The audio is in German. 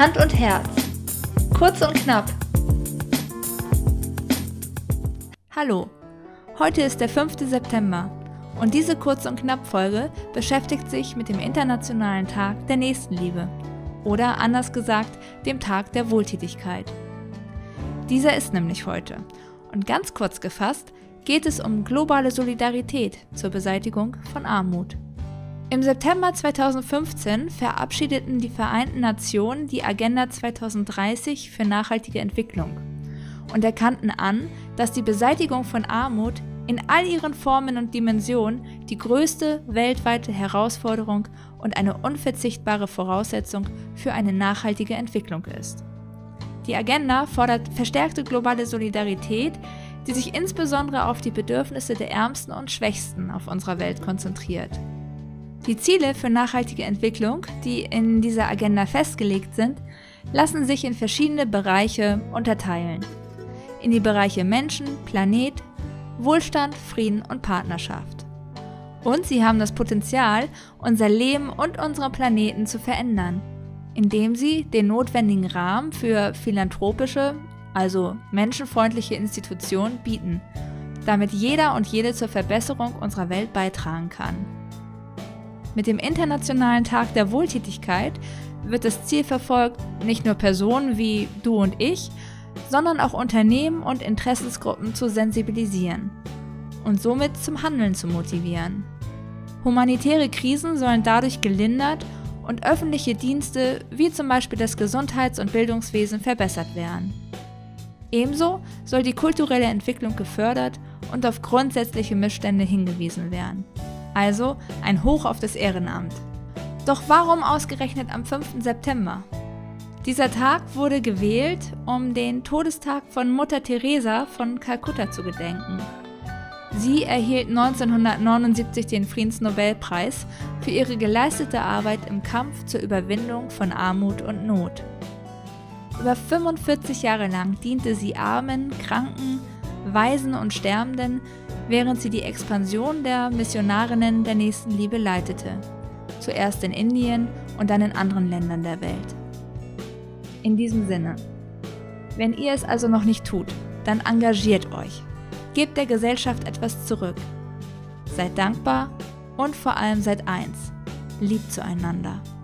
Hand und Herz. Kurz und knapp. Hallo, heute ist der 5. September und diese Kurz- und Knapp-Folge beschäftigt sich mit dem Internationalen Tag der Nächstenliebe oder anders gesagt, dem Tag der Wohltätigkeit. Dieser ist nämlich heute und ganz kurz gefasst geht es um globale Solidarität zur Beseitigung von Armut. Im September 2015 verabschiedeten die Vereinten Nationen die Agenda 2030 für nachhaltige Entwicklung und erkannten an, dass die Beseitigung von Armut in all ihren Formen und Dimensionen die größte weltweite Herausforderung und eine unverzichtbare Voraussetzung für eine nachhaltige Entwicklung ist. Die Agenda fordert verstärkte globale Solidarität, die sich insbesondere auf die Bedürfnisse der Ärmsten und Schwächsten auf unserer Welt konzentriert. Die Ziele für nachhaltige Entwicklung, die in dieser Agenda festgelegt sind, lassen sich in verschiedene Bereiche unterteilen. In die Bereiche Menschen, Planet, Wohlstand, Frieden und Partnerschaft. Und sie haben das Potenzial, unser Leben und unseren Planeten zu verändern, indem sie den notwendigen Rahmen für philanthropische, also menschenfreundliche Institutionen bieten, damit jeder und jede zur Verbesserung unserer Welt beitragen kann. Mit dem Internationalen Tag der Wohltätigkeit wird das Ziel verfolgt, nicht nur Personen wie du und ich, sondern auch Unternehmen und Interessensgruppen zu sensibilisieren und somit zum Handeln zu motivieren. Humanitäre Krisen sollen dadurch gelindert und öffentliche Dienste wie zum Beispiel das Gesundheits- und Bildungswesen verbessert werden. Ebenso soll die kulturelle Entwicklung gefördert und auf grundsätzliche Missstände hingewiesen werden. Also ein Hoch auf das Ehrenamt. Doch warum ausgerechnet am 5. September? Dieser Tag wurde gewählt, um den Todestag von Mutter Teresa von Kalkutta zu gedenken. Sie erhielt 1979 den Friedensnobelpreis für ihre geleistete Arbeit im Kampf zur Überwindung von Armut und Not. Über 45 Jahre lang diente sie Armen, Kranken, Waisen und Sterbenden, während sie die Expansion der Missionarinnen der Nächstenliebe leitete, zuerst in Indien und dann in anderen Ländern der Welt. In diesem Sinne, wenn ihr es also noch nicht tut, dann engagiert euch, gebt der Gesellschaft etwas zurück, seid dankbar und vor allem seid eins, liebt zueinander.